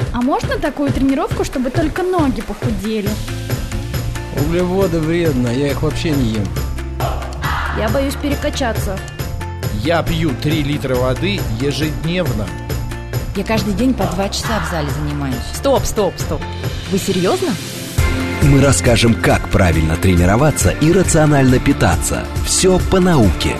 А можно такую тренировку, чтобы только ноги похудели? Углеводы вредно, я их вообще не ем. Я боюсь перекачаться. Я пью 3 литра воды ежедневно. Я каждый день по 2 часа в зале занимаюсь. Стоп. Вы серьезно? Мы расскажем, как правильно тренироваться и рационально питаться. Все по науке.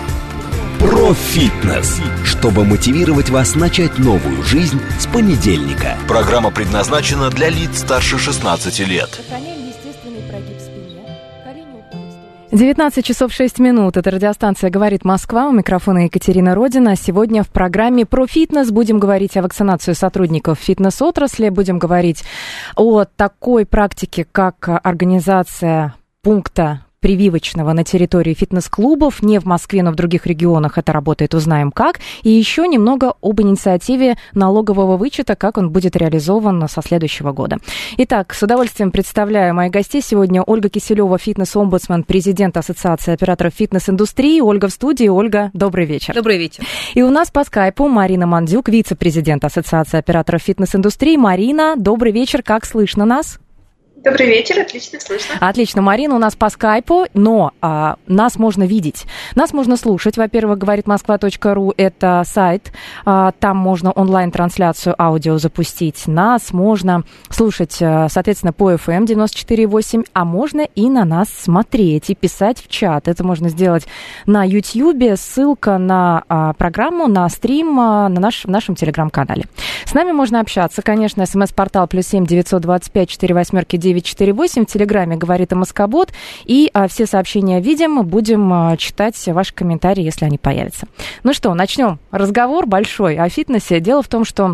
Про фитнес, чтобы мотивировать вас начать новую жизнь с понедельника. Программа предназначена для лиц старше 16 лет. Сохраняем естественный прогиб спине. Колени уходят в сторону. 19 часов 6 минут. Это радиостанция «Говорит Москва». У микрофона Екатерина Родина. Сегодня в программе про фитнес будем говорить о вакцинации сотрудников фитнес-отрасли. Будем говорить о такой практике, как организация пункта прививочного на территории фитнес-клубов. Не в Москве, но в других регионах это работает, узнаем как. И еще немного об инициативе налогового вычета, как он будет реализован со следующего года. Итак, с удовольствием представляю моих гостей. Сегодня Ольга Киселева, фитнес-омбудсмен, президент Ассоциации операторов фитнес-индустрии. Ольга в студии. Ольга, добрый вечер. Добрый вечер. И у нас по скайпу Марина Мандзюк, вице-президент Ассоциации операторов фитнес-индустрии. Марина, добрый вечер. Как слышно нас? Добрый вечер, отлично слышно. Отлично, Марина у нас по скайпу, но нас можно видеть, нас можно слушать. Во-первых, говорит Москва.ру, это сайт, там можно онлайн-трансляцию аудио запустить. Нас можно слушать, соответственно, по FM 94.8, а можно и на нас смотреть и писать в чат. Это можно сделать на YouTube, ссылка на программу, на стрим в нашем телеграм-канале. С нами можно общаться, конечно, смс-портал +7 925 48 948, в Телеграме «Говорит МСК-бот», и все сообщения видим, будем читать ваши комментарии, если они появятся. Ну что, начнем разговор большой о фитнесе. Дело в том, что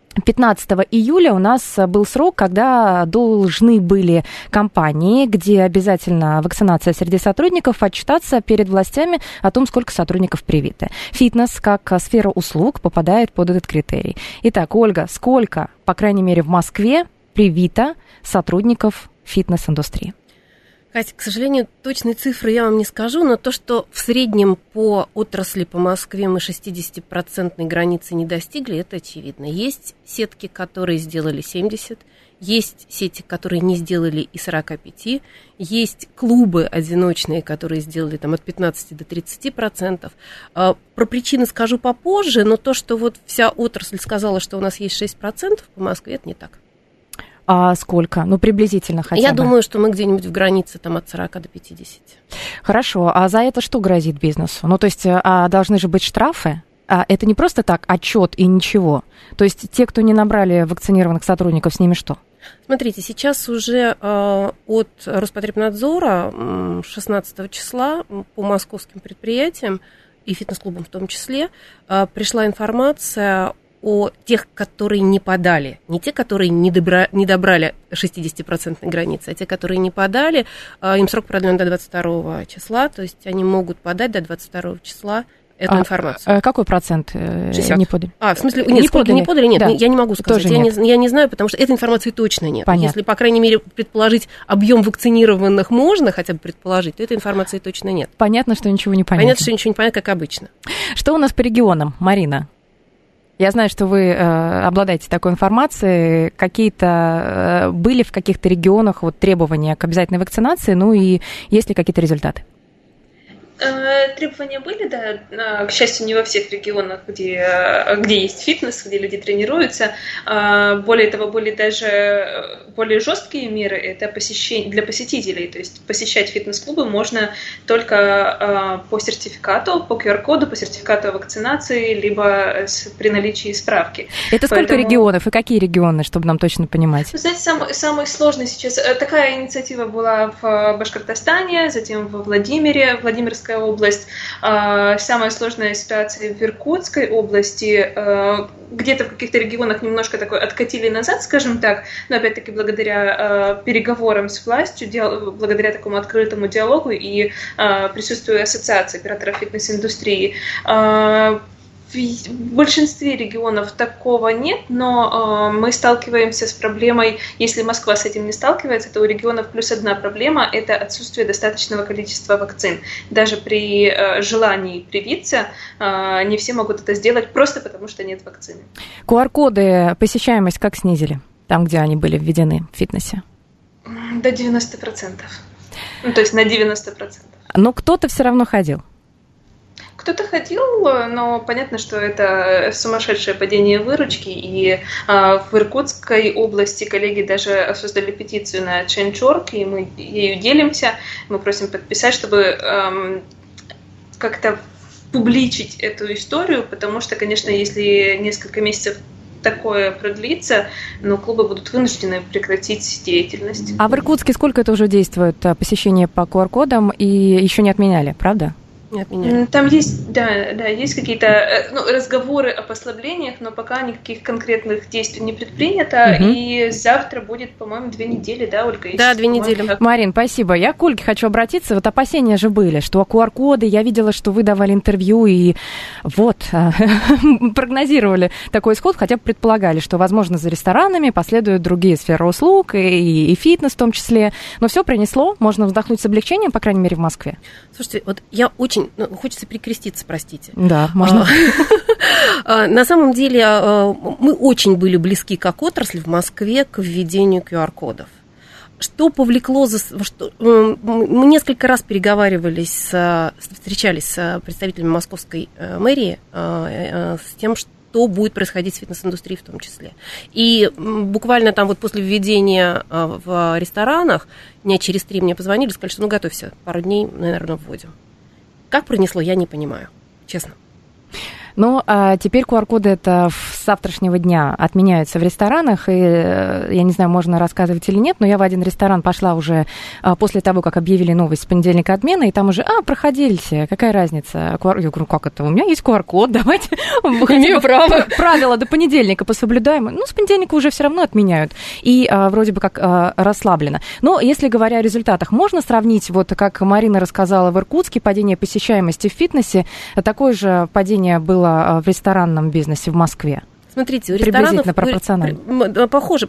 15 июля у нас был срок, когда должны были компании, где обязательно вакцинация среди сотрудников, отчитаться перед властями о том, сколько сотрудников привиты. Фитнес, как сфера услуг, попадает под этот критерий. Итак, Ольга, сколько, по крайней мере, в Москве привито сотрудников фитнес-индустрии? Катя, к сожалению, точной цифры я вам не скажу, но то, что в среднем по отрасли по Москве мы 60% границы не достигли, это очевидно. Есть сетки, которые сделали 70%, есть сети, которые не сделали и 45%, есть клубы одиночные, которые сделали там от 15 до 30%. Про причины скажу попозже, но то, что вот вся отрасль сказала, что у нас есть 6% по Москве, это не так. А сколько? Ну, приблизительно хотя бы. Я думаю, что мы где-нибудь в границе там, от 40 до 50. Хорошо. А за это что грозит бизнесу? Ну, то есть должны же быть штрафы? Это не просто так отчет и ничего. То есть те, кто не набрали вакцинированных сотрудников, с ними что? Смотрите, сейчас уже от Роспотребнадзора 16 числа по московским предприятиям и фитнес-клубам в том числе пришла информация о тех, которые не подали. Не те, которые не добрали 60% границы, а те, которые не подали. Им срок продлен до 22 числа, то есть они могут подать до 22 числа эту информацию. Какой процент 60. Не подали? В смысле, нет, сколько не подали? Нет, да. Я не могу сказать. Я не знаю, потому что этой информации точно нет. Понятно. Если, по крайней мере, предположить объем вакцинированных можно хотя бы предположить, то этой информации точно нет. Понятно, что ничего не понятно. Понятно, что ничего не понятно, как обычно. Что у нас по регионам, Марина? Я знаю, что вы обладаете такой информацией. Какие-то были в каких-то регионах требования к обязательной вакцинации, ну и есть ли какие-то результаты? Требования были, да, к счастью, не во всех регионах, где есть фитнес, где люди тренируются. Более того, были даже более жесткие меры, это для посетителей, то есть посещать фитнес-клубы можно только по сертификату, по QR-коду, по сертификату о вакцинации, либо при наличии справки. Это сколько регионов и какие регионы, чтобы нам точно понимать? Вы знаете, самый сложный сейчас, такая инициатива была в Башкортостане, затем во Владимире, Владимирская область. Самая сложная ситуация в Иркутской области. Где-то в каких-то регионах немножко такой откатили назад, скажем так, но опять-таки благодаря переговорам с властью, благодаря такому открытому диалогу и присутствию ассоциации операторов фитнес-индустрии. В большинстве регионов такого нет, но мы сталкиваемся с проблемой, если Москва с этим не сталкивается, то у регионов плюс одна проблема – это отсутствие достаточного количества вакцин. Даже при желании привиться не все могут это сделать просто потому, что нет вакцины. QR-коды посещаемость как снизили? там, где они были введены в фитнесе? До 90%. Ну, то есть на 90%. Но кто-то все равно ходил. Кто-то ходил, но понятно, что это сумасшедшее падение выручки, и в Иркутской области коллеги даже создали петицию на Change.org, и мы ею делимся, мы просим подписать, чтобы как-то публичить эту историю, потому что, конечно, если несколько месяцев такое продлится, но клубы будут вынуждены прекратить деятельность. А в Иркутске сколько это уже действует, посещение по QR-кодам, и еще не отменяли, правда? Не отменяли. Там есть, есть какие-то разговоры о послаблениях, но пока никаких конкретных действий не предпринято. И завтра будет, по-моему, 2 недели, да, Ольга? Да, 2 недели. Марин, спасибо. Я к Ольге хочу обратиться. Вот опасения же были, что QR-коды, я видела, что вы давали интервью, и вот прогнозировали такой исход, хотя бы предполагали, что, возможно, за ресторанами последуют другие сферы услуг, и фитнес в том числе. Но все принесло, можно вздохнуть с облегчением, по крайней мере, в Москве. Слушайте, вот я очень... хочется перекреститься, простите. Да, можно. На самом деле мы очень были близки как отрасль в Москве к введению QR-кодов. Что повлекло мы несколько раз встречались с представителями московской мэрии с тем, что будет происходить с фитнес-индустрией в том числе. И буквально там вот после введения в ресторанах дня через 3 мне позвонили, сказали, что готовься, пару дней, наверное, вводим. Как пронесло, я не понимаю, честно. Ну, а теперь QR-коды это с завтрашнего дня отменяются в ресторанах, и я не знаю, можно рассказывать или нет, но я в один ресторан пошла уже после того, как объявили новость с понедельника отмены, и там уже, проходите, какая разница? Я говорю, как это? У меня есть QR-код, давайте имею право. Правила до понедельника пособлюдаем. Ну, с понедельника уже все равно отменяют, и вроде бы как расслаблено. Но если говоря о результатах, можно сравнить, вот как Марина рассказала в Иркутске, падение посещаемости в фитнесе, такое же падение было в ресторанном бизнесе в Москве? Смотрите, у ресторанов пропорционально. Похоже.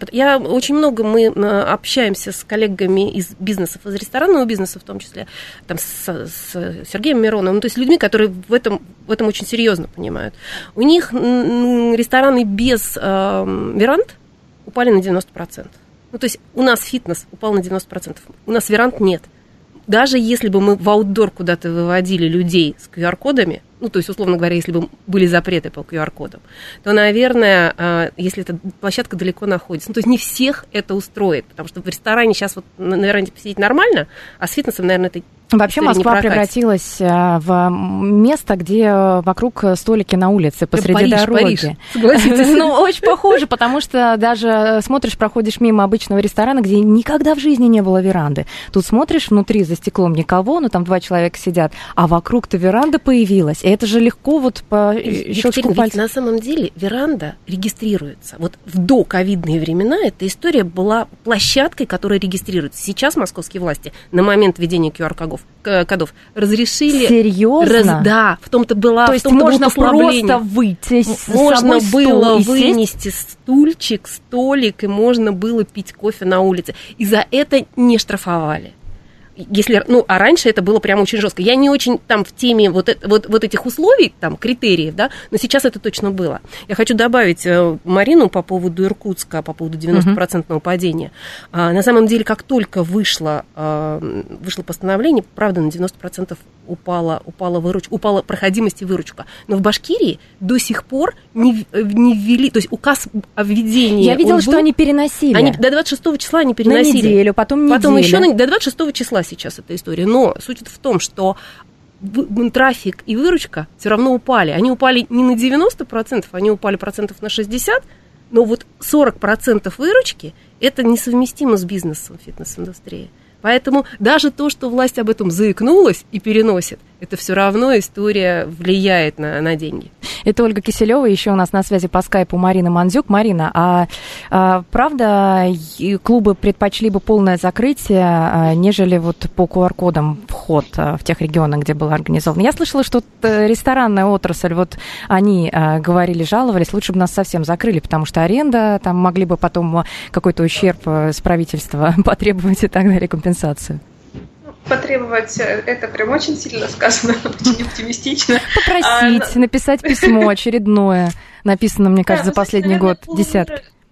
Мы общаемся с коллегами из бизнесов, из ресторанного бизнеса в том числе, там, с Сергеем Мироновым, то есть людьми, которые в этом очень серьезно понимают. У них рестораны без веранд упали на 90%. Ну, то есть у нас фитнес упал на 90%, у нас веранд нет. Даже если бы мы в аутдор куда-то выводили людей с QR-кодами, ну, то есть, условно говоря, если бы были запреты по QR-кодам, то, наверное, если эта площадка далеко находится, ну, то есть не всех это устроит, потому что в ресторане сейчас вот на веранде посидеть нормально, а с фитнесом, наверное, это вообще Москва превратилась в место, где вокруг столики на улице, посреди дороги. Париж, согласитесь. Ну, очень похоже, потому что даже смотришь, проходишь мимо обычного ресторана, где никогда в жизни не было веранды. Тут смотришь, внутри за стеклом никого, ну, там 2 человека сидят, а вокруг-то веранда появилась. И это же легко вот по щелчку пальца. На самом деле веранда регистрируется. Вот в доковидные времена эта история была площадкой, которая регистрируется. Сейчас московские власти на момент введения QR-кодов разрешили... Серьезно? Да, в том-то было То есть можно просто выйти с можно собой было стул вынести стульчик, столик, и можно было пить кофе на улице. И за это не штрафовали. Если, а раньше это было прям очень жестко. Я не очень там в теме вот этих условий, там, критериев, да, но сейчас это точно было. Я хочу добавить Марину по поводу Иркутска, по поводу 90% падения. На самом деле, как только вышло постановление, правда, на 90% упала выручка, упала проходимость и выручка. Но в Башкирии до сих пор не ввели, то есть указ о введении... Я видела, что они переносили. До 26 числа они переносили. На неделю, потом неделю. Потом еще до 26 числа сейчас эта история. Но суть в том, что трафик и выручка все равно упали. Они упали не на 90%, они упали процентов на 60%, но вот 40% выручки – это несовместимо с бизнесом фитнес-индустрии. Поэтому даже то, что власть об этом заикнулась и переносит, это все равно история влияет на деньги. Это Ольга Киселева, еще у нас на связи по скайпу Марина Мандзюк. Марина, правда, клубы предпочли бы полное закрытие, нежели вот по QR-кодам вход в тех регионах, где было организовано? Я слышала, что ресторанная отрасль, вот они говорили, жаловались, лучше бы нас совсем закрыли, потому что аренда, там могли бы потом какой-то ущерб с правительства потребовать и так далее, компенсацию. Потребовать, это прям очень сильно сказано, очень оптимистично. Попросить, написать письмо очередное, написано, мне кажется, за последний год десятки.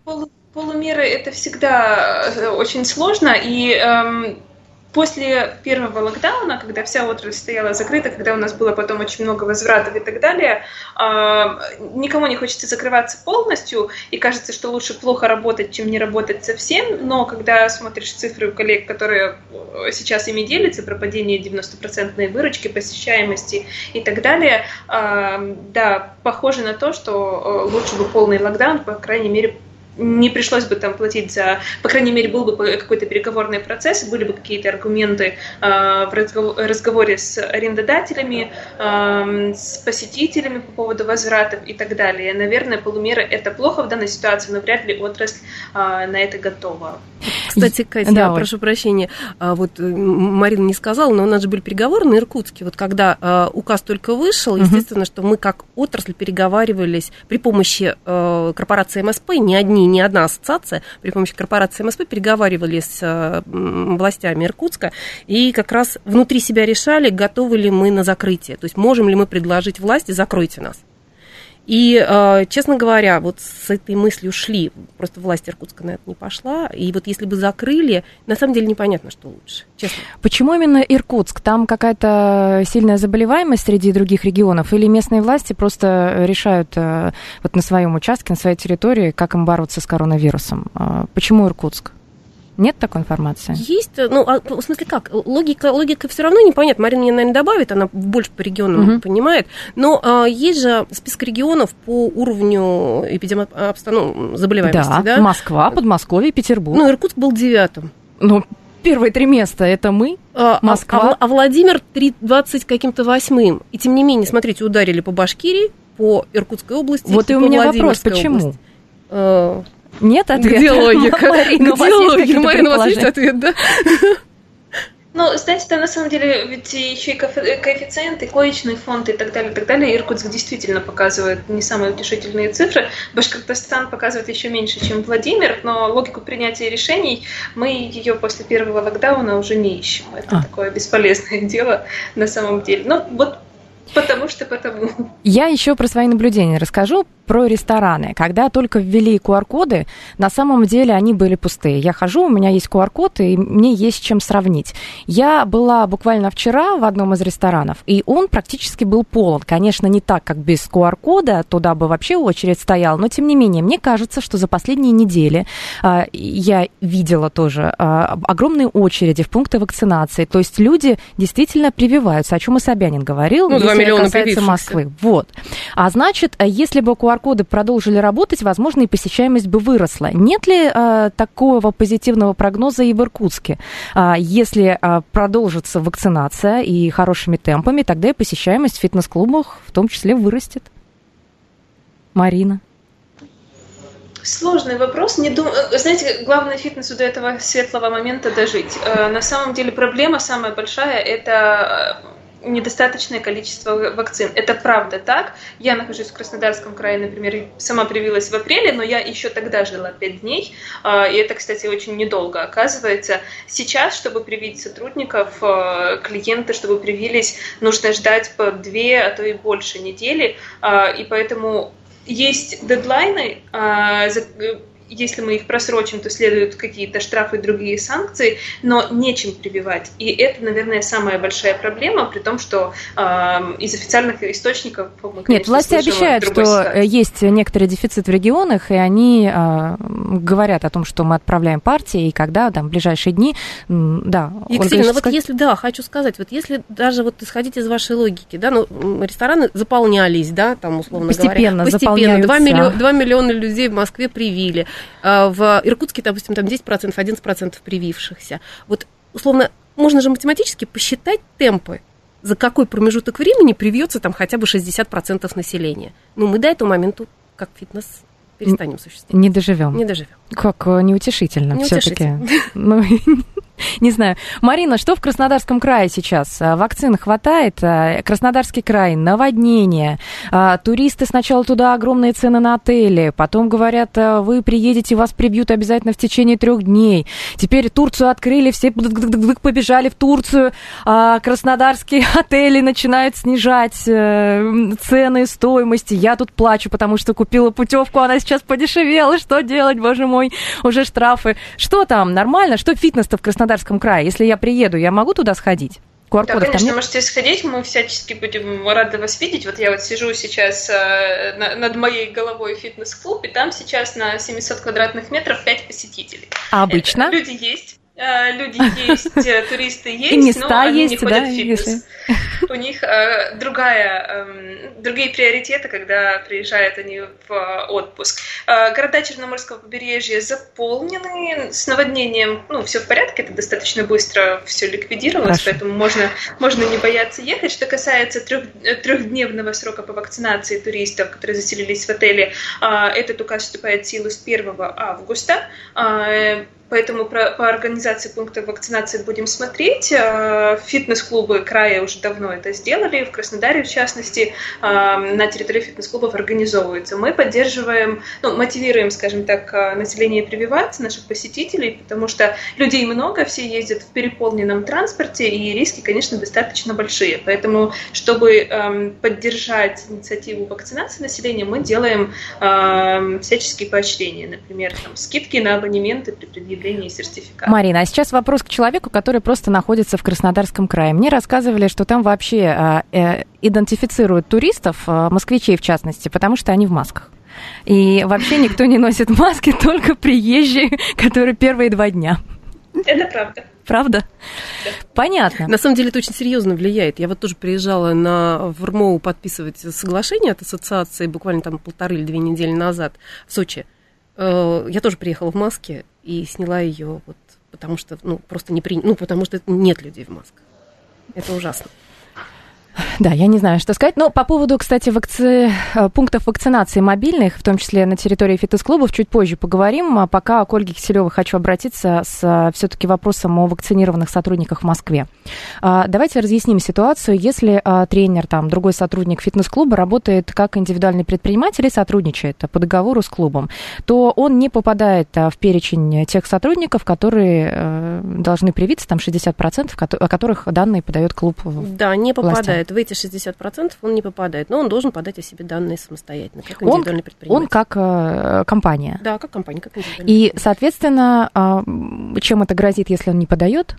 Полумеры это всегда очень сложно, и после первого локдауна, когда вся отрасль стояла закрыта, когда у нас было потом очень много возвратов и так далее, никому не хочется закрываться полностью, и кажется, что лучше плохо работать, чем не работать совсем, но когда смотришь цифры у коллег, которые сейчас ими делятся, про падение 90% выручки, посещаемости и так далее, да, похоже на то, что лучше бы полный локдаун, по крайней мере, не пришлось бы там платить за... По крайней мере, был бы какой-то переговорный процесс, были бы какие-то аргументы в разговоре с арендодателями, с посетителями по поводу возвратов и так далее. Наверное, полумеры – это плохо в данной ситуации, но вряд ли отрасль на это готова. Кстати, Катя, да, я прошу прощения, вот Марина не сказала, но у нас же были переговоры на Иркутске. Вот когда указ только вышел, естественно, что мы как отрасль переговаривались при помощи корпорации МСП, не одна ассоциация, при помощи корпорации МСП переговаривались с властями Иркутска и как раз внутри себя решали, готовы ли мы на закрытие, то есть можем ли мы предложить власти «закройте нас». И, честно говоря, вот с этой мыслью шли, просто власть Иркутска на это не пошла, и вот если бы закрыли, на самом деле непонятно, что лучше, честно. Почему именно Иркутск? Там какая-то сильная заболеваемость среди других регионов, или местные власти просто решают вот на своем участке, на своей территории, как им бороться с коронавирусом? Почему Иркутск? Нет такой информации? Есть, ну, в смысле как? Логика все равно непонятна. Марина мне, наверное, добавит, она больше по регионам понимает. Но есть же список регионов по уровню заболеваемости. Да, Москва, Подмосковье, Петербург. Ну, Иркутск был 9-м. Ну, первые 3 места – это мы, Москва. А Владимир 28 каким-то 8-м. И тем не менее, смотрите, ударили по Башкирии, по Иркутской области. Вот и у меня вопрос, почему? Нет ответа? Где логика? Марина, у вас есть ответ, да? Ну, знаете, там на самом деле ведь еще и коэффициенты, коечный фонд и так далее. Иркутск действительно показывает не самые утешительные цифры. Башкортостан показывает еще меньше, чем Владимир, но логику принятия решений мы ее после первого локдауна уже не ищем. Это такое бесполезное дело на самом деле. Ну, вот потому. Я еще про свои наблюдения расскажу. Про рестораны. Когда только ввели QR-коды, на самом деле они были пустые. Я хожу, у меня есть QR-код, и мне есть с чем сравнить. Я была буквально вчера в одном из ресторанов, и он практически был полон. Конечно, не так, как без QR-кода, туда бы вообще очередь стояла, но тем не менее, мне кажется, что за последние недели я видела тоже огромные очереди в пункты вакцинации. То есть люди действительно прививаются, о чем и Собянин говорил, ну, 2 миллиона касается привившихся. Москвы. Вот. А значит, если бы QR-коды продолжили работать, возможно, и посещаемость бы выросла. Нет ли такого позитивного прогноза и в Иркутске? Если продолжится вакцинация и хорошими темпами, тогда и посещаемость в фитнес-клубах в том числе вырастет. Марина? Сложный вопрос. Знаете, главное фитнесу до этого светлого момента дожить. На самом деле проблема самая большая – это недостаточное количество вакцин. Это правда так. Я нахожусь в Краснодарском крае, например, сама привилась в апреле, но я еще тогда жила 5 дней, и это, кстати, очень недолго оказывается. Сейчас, чтобы привить сотрудников, клиенты, чтобы привились, нужно ждать по 2, а то и больше недели, и поэтому есть дедлайны, если мы их просрочим, то следуют какие-то штрафы и другие санкции, но нечем прививать. И это, наверное, самая большая проблема, при том, что из официальных источников мы, конечно, нет, власти обещают, что ситуации. Есть некоторый дефицит в регионах, и они говорят о том, что мы отправляем партии, и когда, там, в ближайшие дни, да. Екатерина, ну вот если, да, хочу сказать, вот если даже вот исходить из вашей логики, да, ну, рестораны заполнялись, да, там, условно говоря. Постепенно. 2 миллиона людей в Москве привили. В Иркутске, допустим, там 10%, 11% привившихся. Вот, условно, можно же математически посчитать темпы, за какой промежуток времени привьется там хотя бы 60% населения. Ну, мы до этого момента, как фитнес, перестанем существовать. Не доживем. Не доживем. Как неутешительно все-таки. Ну, Не знаю. Марина, что в Краснодарском крае сейчас? Вакцин хватает? Краснодарский край, наводнение. Туристы сначала туда огромные цены на отели. Потом говорят, вы приедете, вас прибьют обязательно в течение 3 дней. Теперь Турцию открыли, все побежали в Турцию. Краснодарские отели начинают снижать цены, стоимости. Я тут плачу, потому что купила путевку, она сейчас подешевела. Что делать, боже мой? Уже штрафы. Что там? Нормально? Что фитнес-то в Краснодарском крае? Если я приеду, я могу туда сходить? Да, конечно, можете сходить, мы всячески будем рады вас видеть. Вот я вот сижу сейчас над моей головой фитнес-клуб, и там сейчас на 700 квадратных метров 5 посетителей. А обычно? Люди есть, туристы есть, и места но они есть, не ходят да, в фитнес. если... У них другие приоритеты, когда приезжают они в отпуск. Города Черноморского побережья заполнены, с наводнением, все в порядке, это достаточно быстро все ликвидировалось, поэтому можно не бояться ехать. Что касается трехдневного срока по вакцинации туристов, которые заселились в отеле, этот указ вступает в силу с 1 августа. Поэтому по организации пунктов вакцинации будем смотреть. Фитнес-клубы края уже давно это сделали. В Краснодаре, в частности, на территории фитнес-клубов организовываются. Мы поддерживаем, мотивируем, скажем так, население прививаться, наших посетителей, потому что людей много, все ездят в переполненном транспорте, и риски, конечно, достаточно большие. Поэтому, чтобы поддержать инициативу вакцинации населения, мы делаем всяческие поощрения. Например, скидки на абонементы при предъявлении сертификата. Марина, а сейчас вопрос к человеку, который просто находится в Краснодарском крае. Мне рассказывали, что там вообще идентифицируют туристов, москвичей в частности, потому что они в масках. И вообще никто не носит маски, только приезжие, которые первые 2 дня. Это правда. Правда? Да. Понятно. На самом деле это очень серьезно влияет. Я вот тоже приезжала в РМОУ подписывать соглашение от ассоциации буквально там 1,5 или 2 недели назад в Сочи. Я тоже приехала в маске и сняла ее, потому что просто не потому что нет людей в масках. Это ужасно. Да, я не знаю, что сказать. Но по поводу, кстати, пунктов вакцинации мобильных, в том числе на территории фитнес-клубов, чуть позже поговорим. А пока к Ольге Киселевой хочу обратиться с все-таки вопросом о вакцинированных сотрудниках в Москве. Давайте разъясним ситуацию. Если тренер, другой сотрудник фитнес-клуба работает как индивидуальный предприниматель и сотрудничает по договору с клубом, то он не попадает в перечень тех сотрудников, которые должны привиться, там 60%, о которых данные подает клуб. Да, не попадает. В эти 60% он не попадает, но он должен подать о себе данные самостоятельно, как индивидуальный предприниматель. Он как компания? Да, как компания, как индивидуальный И, соответственно, чем это грозит, если он не подает?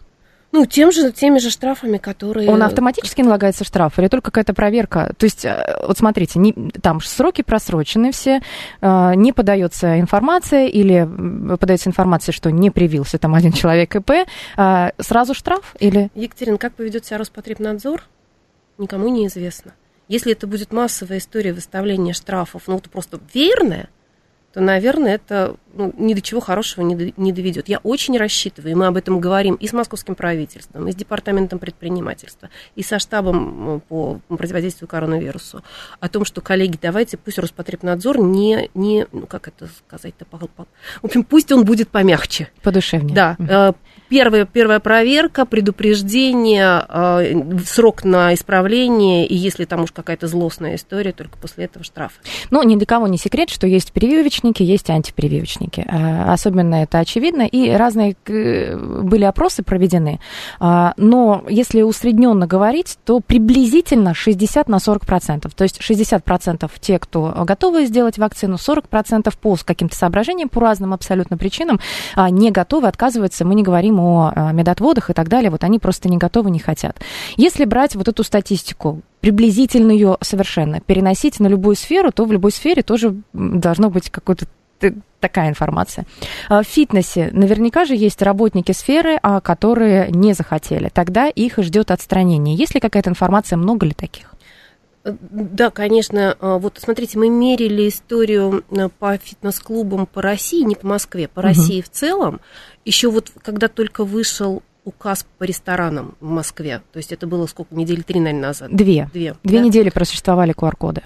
Теми же штрафами, которые... Он автоматически налагается штраф или только какая-то проверка? То есть, вот смотрите, там сроки просрочены все, не подается информация или подается информация, что не привился там один человек ИП, сразу штраф или... Екатерина, как поведет себя Роспотребнадзор, никому не известно. Если это будет массовая история выставления штрафов, это просто верное, то, наверное, это ни до чего хорошего не доведет. Я очень рассчитываю, и мы об этом говорим и с московским правительством, и с департаментом предпринимательства, и со штабом по противодействию коронавирусу, о том, что, коллеги, давайте, пусть Роспотребнадзор как это сказать-то, в общем, пусть он будет помягче. Подушевнее. Да. Первая проверка, предупреждение, срок на исправление, и если там уж какая-то злостная история, только после этого штрафы. Ни для кого не секрет, что есть прививочники, есть антипрививочники. Особенно это очевидно, и разные были опросы проведены. Но если усредненно говорить, то приблизительно 60 на 40%. То есть 60% те, кто готовы сделать вакцину, 40% по каким-то соображениям, по разным абсолютно причинам, не готовы, отказываются. Мы не говорим о медотводах и так далее. Они просто не готовы, не хотят. Если брать эту статистику, приблизительно ее совершенно переносить на любую сферу, то в любой сфере тоже должно быть какой-то такая информация. В фитнесе наверняка же есть работники сферы, которые не захотели. Тогда их ждет отстранение. Есть ли какая-то информация, много ли таких? Да, конечно. Смотрите, мы мерили историю по фитнес-клубам по России, не по Москве, по России в целом. Еще когда только вышел указ по ресторанам в Москве. То есть это было недели 3, наверное, назад. Две недели просуществовали QR-коды.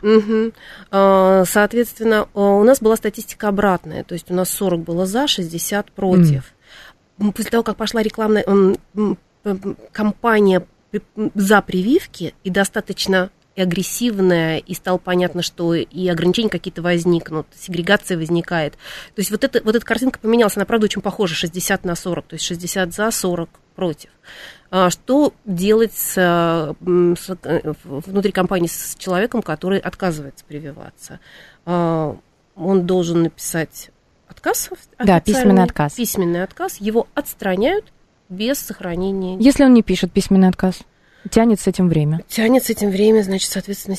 Соответственно, у нас была статистика обратная. То есть у нас 40 было за, 60 против. после того, как пошла рекламная кампания за прививки, и достаточно и агрессивная, и стало понятно, что и ограничения какие-то возникнут, сегрегация возникает. То есть вот эта картинка поменялась, она, правда, очень похожа, 60 на 40, то есть 60 за, 40 против. Что делать внутри компании с человеком, который отказывается прививаться? Он должен написать отказ. Да, письменный отказ. Письменный отказ. Его отстраняют без сохранения. Если он не пишет письменный отказ, тянет с этим время. Значит, соответственно,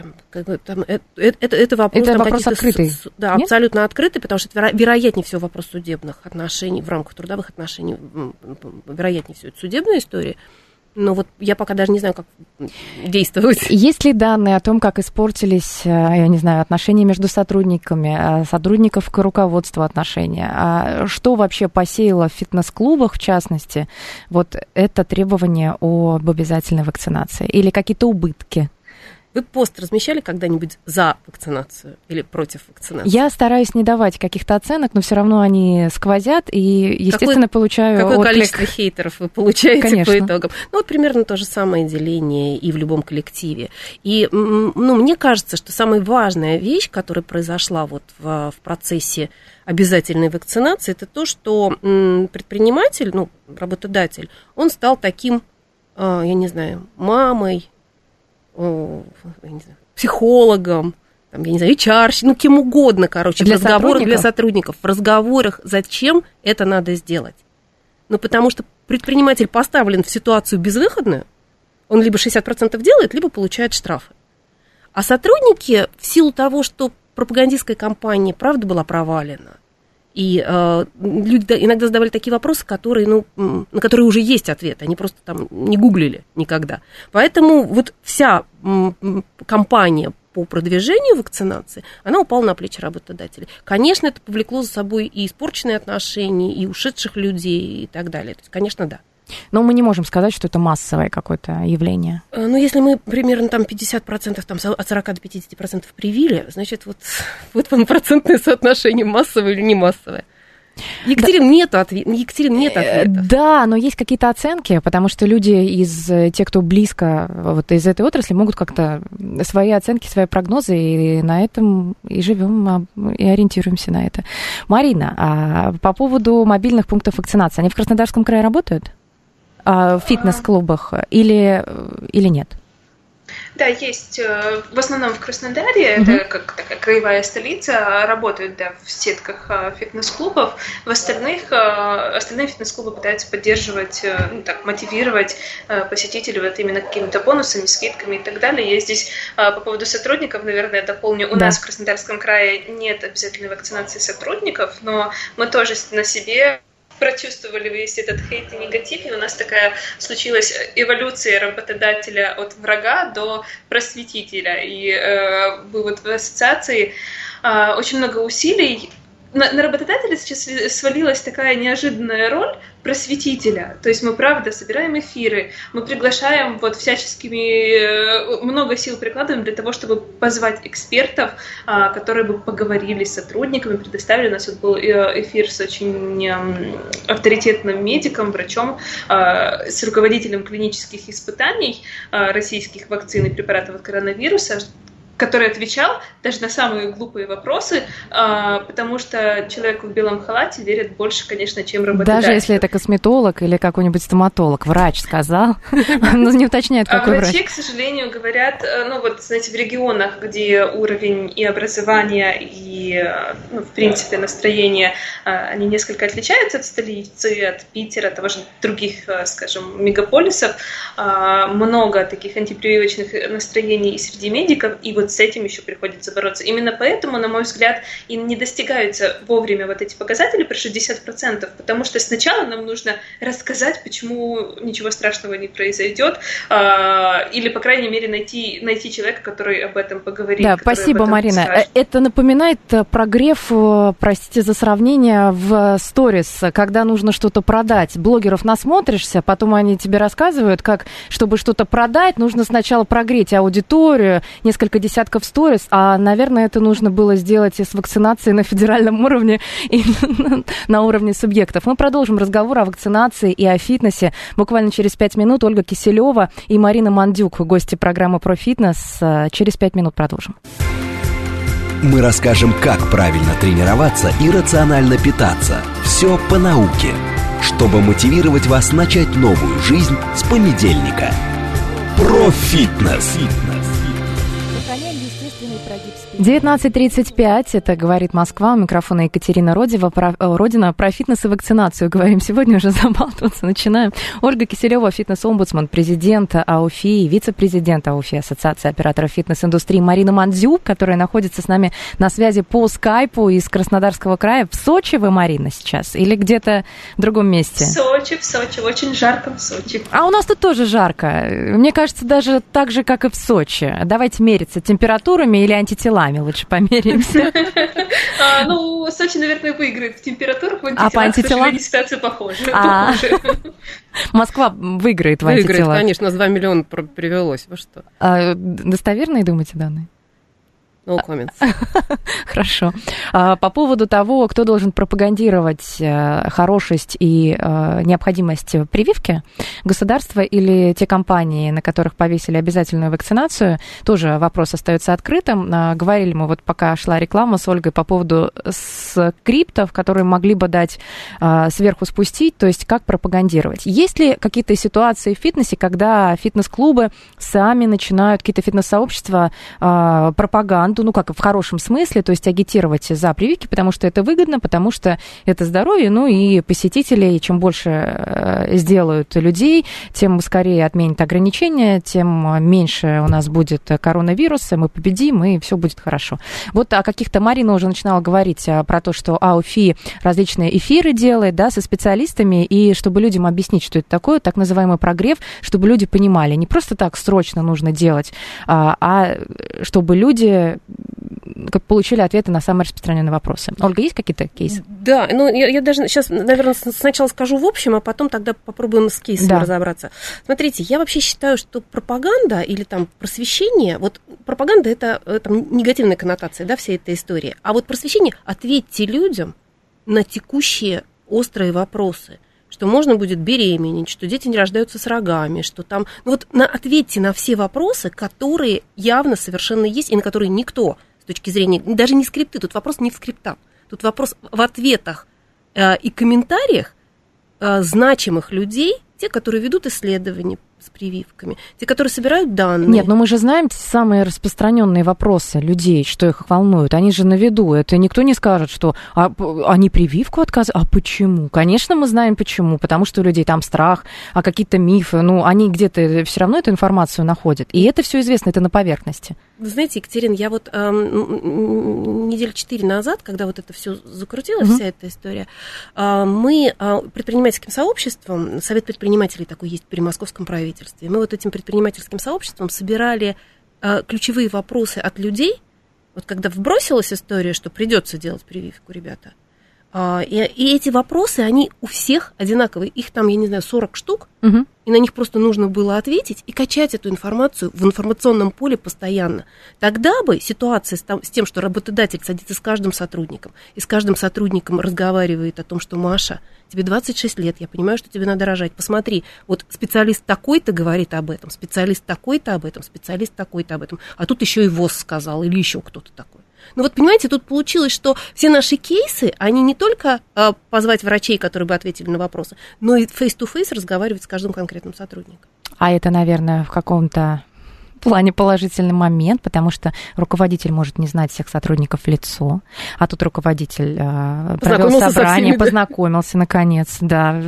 это вопрос открытый. Да, нет? Абсолютно открытый, потому что это, вероятнее всего, вопрос судебных отношений, в рамках трудовых отношений, вероятнее всего, это судебная история. Но вот я пока даже не знаю, как действовать. Есть ли данные о том, как испортились, я не знаю, отношения между сотрудниками, сотрудников к руководству отношения? Что вообще посеяло в фитнес-клубах, в частности, вот это требование об обязательной вакцинации? Или какие-то убытки? Вы пост размещали когда-нибудь за вакцинацию или против вакцинации? Я стараюсь не давать каких-то оценок, но все равно они сквозят, и, естественно, получаю какое отклик. Количество хейтеров вы получаете, конечно, по итогам? Ну, вот примерно то же самое деление и в любом коллективе. И, мне кажется, что самая важная вещь, которая произошла вот в процессе обязательной вакцинации, это то, что предприниматель, работодатель, он стал таким, я не знаю, мамой, психологом, там, я не знаю, HR, кем угодно, короче, для в разговорах для сотрудников, в разговорах, зачем это надо сделать. Потому что предприниматель поставлен в ситуацию безвыходную, он либо 60% делает, либо получает штрафы. А сотрудники, в силу того, что пропагандистская кампания, правда, была провалена, и люди иногда задавали такие вопросы, на которые уже есть ответы, они просто там не гуглили никогда. Поэтому вот вся кампания по продвижению вакцинации, она упала на плечи работодателей. Конечно, это повлекло за собой и испорченные отношения, и ушедших людей, и так далее. То есть, конечно, да. Но мы не можем сказать, что это массовое какое-то явление. Если мы примерно 50%, от 40 до 50% привили, значит, вот вам процентное соотношение, массовое или не массовое. Екатерина, нет ответа. Да, но есть какие-то оценки, потому что люди те, кто близко вот из этой отрасли, могут как-то свои оценки, свои прогнозы, и на этом и живем, и ориентируемся на это. Марина, по поводу мобильных пунктов вакцинации, они в Краснодарском крае работают? В фитнес-клубах или нет? Да, есть в основном в Краснодаре, это как такая краевая столица, работают в сетках фитнес-клубов. В остальные фитнес-клубы пытаются поддерживать, мотивировать посетителей вот именно какими-то бонусами, скидками и так далее. Я здесь по поводу сотрудников, наверное, дополню. У нас в Краснодарском крае нет обязательной вакцинации сотрудников, но мы тоже на себе прочувствовали весь этот хейт и негатив, и у нас такая случилась эволюция работодателя от врага до просветителя. И мы вот в ассоциации очень много усилий. На работодателя сейчас свалилась такая неожиданная роль просветителя. То есть мы, правда, собираем эфиры, мы приглашаем много сил прикладываем для того, чтобы позвать экспертов, которые бы поговорили с сотрудниками, предоставили. У нас вот был эфир с очень авторитетным медиком, врачом, с руководителем клинических испытаний российских вакцин и препаратов от коронавируса, который отвечал даже на самые глупые вопросы, потому что человеку в белом халате верят больше, конечно, чем работодатель. Даже если это косметолог или какой-нибудь стоматолог, врач сказал, но не уточняет, какой врач. Врачи, к сожалению, говорят, знаете, в регионах, где уровень и образования, и, в принципе, настроение, они несколько отличаются от столицы, от Питера, того же других, скажем, мегаполисов, много таких антипрививочных настроений и среди медиков, и вот с этим еще приходится бороться. Именно поэтому, на мой взгляд, и не достигаются вовремя вот эти показатели про 60%, потому что сначала нам нужно рассказать, почему ничего страшного не произойдет, или, по крайней мере, найти человека, который об этом поговорит. Да, спасибо, Марина. Скажет. Это напоминает прогрев, простите за сравнение, в сторис, когда нужно что-то продать. Блогеров насмотришься, потом они тебе рассказывают, как, чтобы что-то продать, нужно сначала прогреть аудиторию, несколько десятков десятков сторис, а, наверное, это нужно было сделать и с вакцинацией на федеральном уровне, и на уровне субъектов. Мы продолжим разговор о вакцинации и о фитнесе. Буквально через 5 минут Ольга Киселева и Марина Мандзюк, гости программы «Про фитнес». Через 5 минут продолжим. Мы расскажем, как правильно тренироваться и рационально питаться. Все по науке, чтобы мотивировать вас начать новую жизнь с понедельника. Про фитнес. 19:35, это «Говорит Москва», у микрофона Екатерина Родина. Про фитнес и вакцинацию говорим сегодня, уже забалтываться начинаем. Ольга Киселева, фитнес-омбудсман, президент АУФИ, вице-президент АУФИ, Ассоциации операторов фитнес-индустрии, Марина Мандзюк, которая находится с нами на связи по скайпу из Краснодарского края. В Сочи вы, Марина, сейчас? Или где-то в другом месте? В Сочи, очень жарко в Сочи. А у нас тут тоже жарко. Мне кажется, даже так же, как и в Сочи. Давайте мериться температурами или антителами. Лучше померяемся. Сочи, наверное, выиграет в температурах. А по антителам? Ситуация похожа. Москва выиграет в антителах. Выиграет, конечно, нас 2 миллиона привелось. Вы что? Достоверные, думаете, данные? No comments. Хорошо. По поводу того, кто должен пропагандировать хорошесть и необходимость прививки, государство или те компании, на которых повесили обязательную вакцинацию, тоже вопрос остается открытым. Говорили мы, вот пока шла реклама с Ольгой, по поводу скриптов, которые могли бы дать сверху спустить, то есть как пропагандировать. Есть ли какие-то ситуации в фитнесе, когда фитнес-клубы сами начинают, какие-то фитнес-сообщества, пропаганду, как в хорошем смысле, то есть агитировать за прививки, потому что это выгодно, потому что это здоровье, и посетителей, чем больше сделают людей, тем скорее отменят ограничения, тем меньше у нас будет коронавируса, мы победим, и все будет хорошо. Вот о каких-то, Марина уже начинала говорить про то, что АУФИ различные эфиры делает, да, со специалистами, и чтобы людям объяснить, что это такое, так называемый прогрев, чтобы люди понимали, не просто так срочно нужно делать, а чтобы люди получили ответы на самые распространенные вопросы. Ольга, есть какие-то кейсы? Да, я даже сейчас, наверное, сначала скажу в общем, а потом тогда попробуем с кейсами разобраться. Смотрите, я вообще считаю, что пропаганда или там просвещение, вот пропаганда это там негативная коннотация, да, всей этой истории, а вот просвещение, ответьте людям на текущие острые вопросы, что можно будет беременеть, что дети не рождаются с рогами, что там... ответьте на все вопросы, которые явно совершенно есть, и на которые никто, с точки зрения... Даже не скрипты, тут вопрос не в скриптах, тут вопрос в ответах и комментариях значимых людей, те, которые ведут исследования с прививками, те, которые собирают данные. Нет, но мы же знаем самые распространенные вопросы людей, что их волнует. Они же на виду. Это никто не скажет, что они прививку отказывают. А почему? Конечно, мы знаем почему. Потому что у людей там страх, какие-то мифы. Они где-то все равно эту информацию находят. И это все известно, это на поверхности. Вы знаете, Екатерина, я вот недели 4 назад, когда вот это все закрутилось, вся эта история, мы предпринимательским сообществом, Совет предпринимателей такой есть при Московском правительстве, мы вот этим предпринимательским сообществом собирали ключевые вопросы от людей, вот когда вбросилась история, что придется делать прививку, ребята, и эти вопросы, они у всех одинаковые, их там, я не знаю, 40 штук, и на них просто нужно было ответить и качать эту информацию в информационном поле постоянно. Тогда бы ситуация с тем, что работодатель садится с каждым сотрудником, и с каждым сотрудником разговаривает о том, что Маша, тебе 26 лет, я понимаю, что тебе надо рожать, посмотри, вот специалист такой-то говорит об этом, специалист такой-то об этом, специалист такой-то об этом, а тут еще и ВОЗ сказал, или еще кто-то такой. Понимаете, тут получилось, что все наши кейсы, они не только позвать врачей, которые бы ответили на вопросы, но и face-to-face разговаривать с каждым конкретным сотрудником. А это, наверное, в каком-то плане положительный момент, потому что руководитель может не знать всех сотрудников в лицо, а тут руководитель провел собрание, познакомился, наконец, да.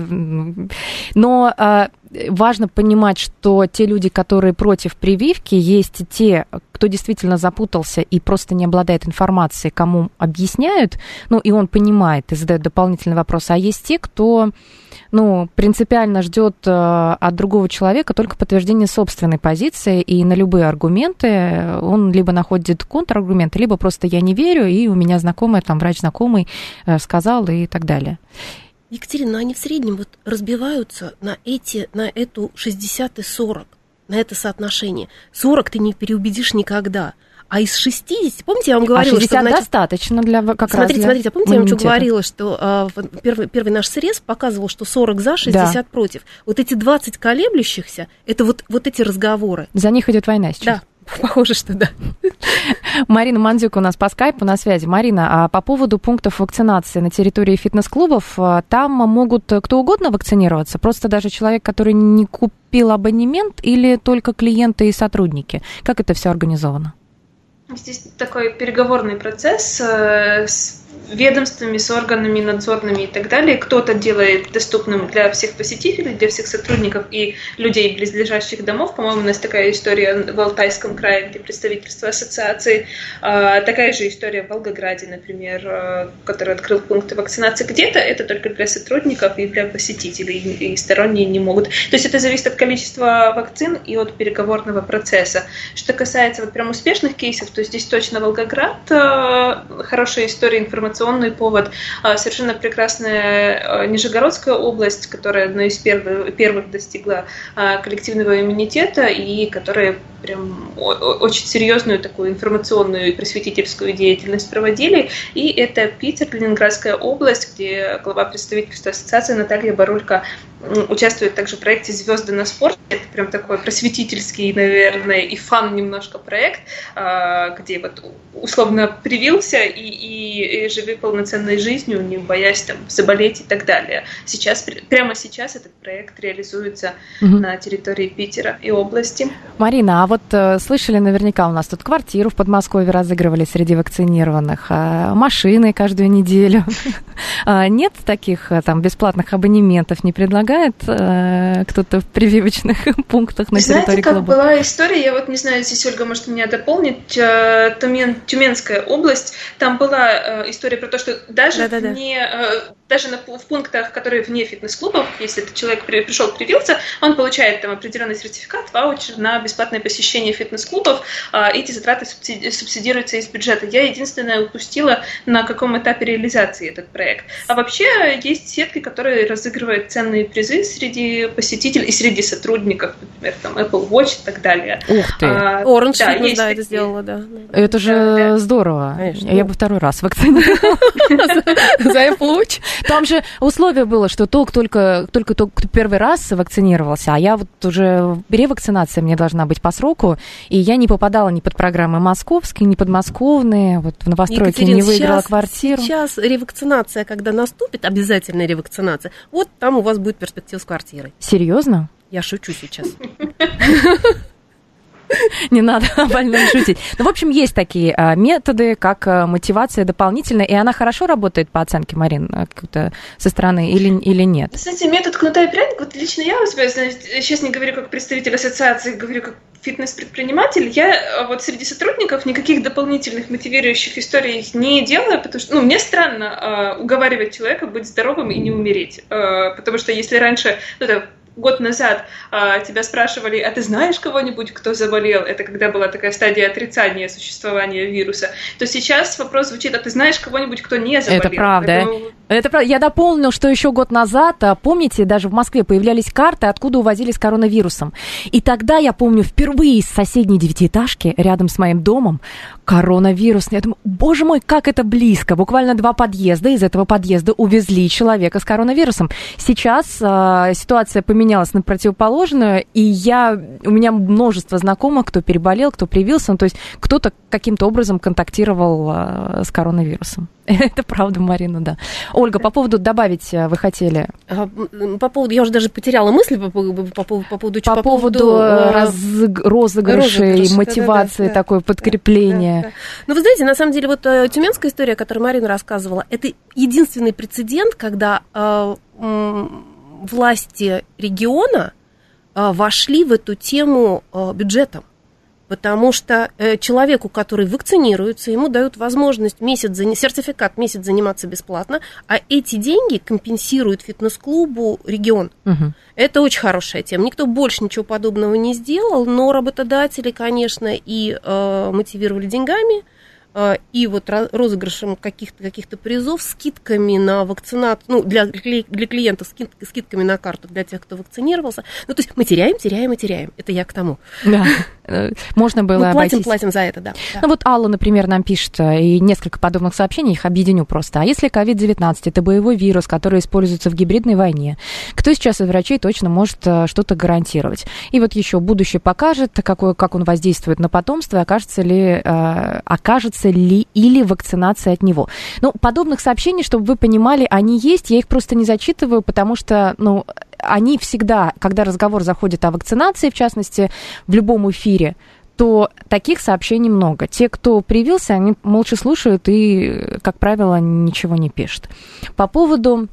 Но важно понимать, что те люди, которые против прививки, есть те, кто действительно запутался и просто не обладает информацией, кому объясняют, и он понимает и задает дополнительные вопросы, а есть те, кто принципиально ждет от другого человека только подтверждения собственной позиции, и на любые аргументы он либо находит контраргументы, либо просто я не верю, и у меня знакомый, там, врач знакомый сказал и так далее. Екатерина, они в среднем разбиваются на эту 60 и 40, на это соотношение. 40 ты не переубедишь никогда, А из 60, помните, я вам говорила, 60 что... достаточно для как смотрите, раз смотрите, помните, я вам что говорила, что первый наш срез показывал, что 40 за, 60 против. Вот эти 20 колеблющихся, это вот эти разговоры. За них идет война сейчас. Да. Похоже, что да. Марина Мандзюк у нас по скайпу на связи. Марина, а по поводу пунктов вакцинации на территории фитнес-клубов, там могут кто угодно вакцинироваться? Просто даже человек, который не купил абонемент, или только клиенты и сотрудники? Как это все организовано? Здесь такой переговорный процесс с ведомствами, с органами надзорными и так далее. Кто-то делает доступным для всех посетителей, для всех сотрудников и людей близлежащих домов. По-моему, у нас такая история в Алтайском крае, где представительство ассоциации. Такая же история в Волгограде, например, который открыл пункты вакцинации. Где-то это только для сотрудников и для посетителей, и сторонние не могут. То есть это зависит от количества вакцин и от переговорного процесса. Что касается вот прям успешных кейсов, то здесь точно Волгоград, хорошая история, информационный повод, совершенно прекрасная Нижегородская область, которая одна из первых достигла коллективного иммунитета и которая прям очень серьезную такую информационную и просветительскую деятельность проводили. И это Питер, Ленинградская область, где глава представительства ассоциации Наталья Барулько участвует также в проекте «Звезды на спорте». Это прям такой просветительский, наверное, и фан немножко проект, где вот условно привился и живи полноценной жизнью, не боясь там заболеть и так далее. Прямо сейчас этот проект реализуется на территории Питера и области. Марина, а вот слышали наверняка, у нас тут квартиру в Подмосковье разыгрывали среди вакцинированных, машины каждую неделю. Нет таких там бесплатных абонементов, не предлагает кто-то в прививочных пунктах на территории клуба? Знаете, как была история, я вот не знаю, здесь Ольга может меня дополнить, Тюменская область, там была история про то, что даже в пунктах, которые вне фитнес-клубов, если этот человек пришел, привился, он получает там определенный сертификат, ваучер на бесплатное посещение фитнес-клубов, эти затраты субсидируются из бюджета. Я единственное упустила, на каком этапе реализации этот проект. А вообще есть сетки, которые разыгрывают ценные призы среди посетителей и среди сотрудников, например, там Apple Watch и так далее. Ух ты! Orange Fitness, да, это сделала, да. Это же здорово. Конечно. Я бы второй раз вакцинировала за Apple Watch. Там же условие было, что только кто первый раз вакцинировался, а я вот уже ревакцинация мне должна быть по сроку, и я не попадала ни под программы московские, ни подмосковные, вот в новостройке не выиграла квартиру. Сейчас ревакцинация, когда наступит, обязательная ревакцинация, вот там у вас будет перспектива с квартирой. Серьезно? Я шучу сейчас. Не надо о больном шутить. Ну, в общем, есть такие методы, как мотивация дополнительная, и она хорошо работает по оценке, Марин, как-то со стороны или нет? Кстати, метод кнута и пряника, вот лично я у себя, сейчас не говорю как представитель ассоциации, говорю как фитнес-предприниматель, я вот среди сотрудников никаких дополнительных мотивирующих историй не делаю, потому что, мне странно уговаривать человека быть здоровым и не умереть, потому что если раньше, год назад тебя спрашивали, а ты знаешь кого-нибудь, кто заболел? Это когда была такая стадия отрицания существования вируса. То сейчас вопрос звучит, а ты знаешь кого-нибудь, кто не заболел? Это правда. Это правда. Я дополню, что еще год назад, помните, даже в Москве появлялись карты, откуда увозили с коронавирусом. И тогда, я помню, впервые из соседней девятиэтажки рядом с моим домом коронавирус. Я думаю, боже мой, как это близко. Буквально 2 подъезда. Из этого подъезда увезли человека с коронавирусом. Сейчас ситуация поменялась на противоположную, и у меня множество знакомых, кто переболел, кто привился, то есть кто-то каким-то образом контактировал с коронавирусом. Это правда, Марина, да. Ольга, по поводу добавить вы хотели? По поводу, я уже даже потеряла мысли по поводу розыгрышей, мотивации, такое подкрепление. Да. Ну, вы знаете, на самом деле, вот тюменская история, о которой Марина рассказывала, это единственный прецедент, когда власти региона вошли в эту тему бюджетом. Потому что человеку, который вакцинируется, ему дают возможность сертификат месяц заниматься бесплатно, а эти деньги компенсирует фитнес-клубу регион. Угу. Это очень хорошая тема. Никто больше ничего подобного не сделал, но работодатели, конечно, и мотивировали деньгами, и вот розыгрышем каких-то призов, скидками на вакцинацию, ну, для клиентов, скидками на карту для тех, кто вакцинировался. Ну, то есть мы теряем. Это я к тому. Да. Можно было обойтись. Платим за это, да. Ну, вот Алла, например, нам пишет, и несколько подобных сообщений, их объединю просто. А если COVID-19 – это боевой вирус, который используется в гибридной войне, кто сейчас из врачей точно может что-то гарантировать? И вот еще будущее покажет, как он воздействует на потомство, окажется ли или вакцинация от него. Ну, подобных сообщений, чтобы вы понимали, они есть, я их просто не зачитываю, потому что, ну, они всегда, когда разговор заходит о вакцинации, в частности, в любом эфире, то таких сообщений много. Те, кто привился, они молча слушают и, как правило, ничего не пишут. По поводу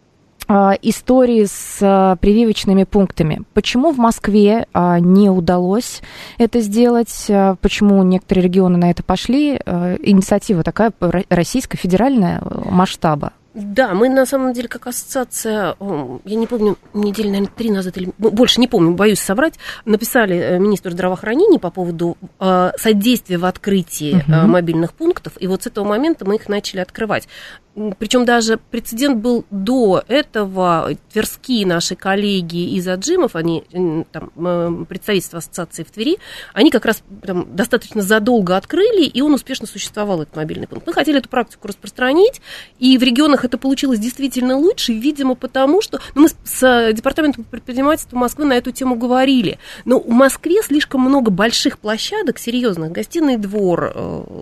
истории с прививочными пунктами. Почему в Москве не удалось это сделать? Почему некоторые регионы на это пошли? Инициатива такая российская, федеральная масштаба. Да, мы на самом деле как ассоциация, я не помню, недели, наверное, 3 назад, или больше не помню, боюсь соврать, написали министру здравоохранения по поводу содействия в открытии мобильных пунктов, и вот с этого момента мы их начали открывать. Причем даже прецедент был до этого. Тверские наши коллеги из отжимов, они там, представительство ассоциации в Твери, они как раз там достаточно задолго открыли, и он успешно существовал, этот мобильный пункт. Мы хотели эту практику распространить, и в регионах это получилось действительно лучше, видимо, потому что мы с департаментом предпринимательства Москвы на эту тему говорили. Но в Москве слишком много больших площадок, серьезных, гостиный двор,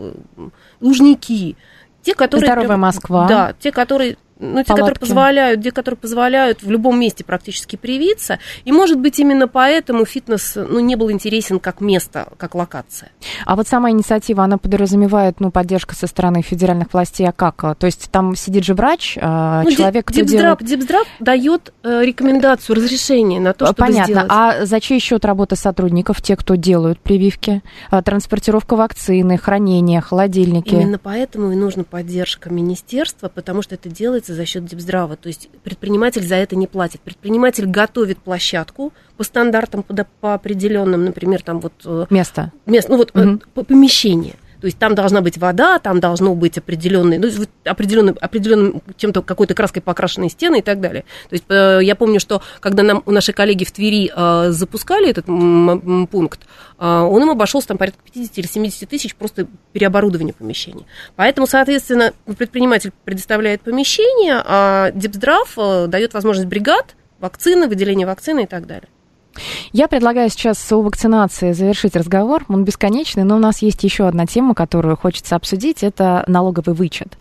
Лужники, те, которые... Здоровая Москва. Да, те, которые которые позволяют в любом месте практически привиться. И, может быть, именно поэтому фитнес не был интересен как место, как локация. А вот сама инициатива, она подразумевает поддержку со стороны федеральных властей, а как? То есть там сидит же врач, человек, кто делает... Дипздрав дает рекомендацию, разрешение на то, чтобы Понятно. сделать. А за чей счет работа сотрудников, те, кто делают прививки, транспортировка вакцины, хранение, холодильники? Именно поэтому и нужна поддержка министерства, потому что это делается за счет Дипздрава. То есть предприниматель за это не платит. Предприниматель готовит площадку по стандартам, по определенным, например, там вот... Место. Помещение. То есть там должна быть вода, там должно быть определенным чем-то, какой-то краской покрашенные стены и так далее. То есть я помню, что когда наши коллеги в Твери запускали этот пункт, он им обошелся там порядка 50 или 70 тысяч просто переоборудования помещения. Поэтому, соответственно, предприниматель предоставляет помещение, а Дипздрав дает возможность бригад, вакцины, выделения вакцины и так далее. Я предлагаю сейчас о вакцинации завершить разговор. Он бесконечный, но у нас есть еще одна тема, которую хочется обсудить. Это налоговый вычет.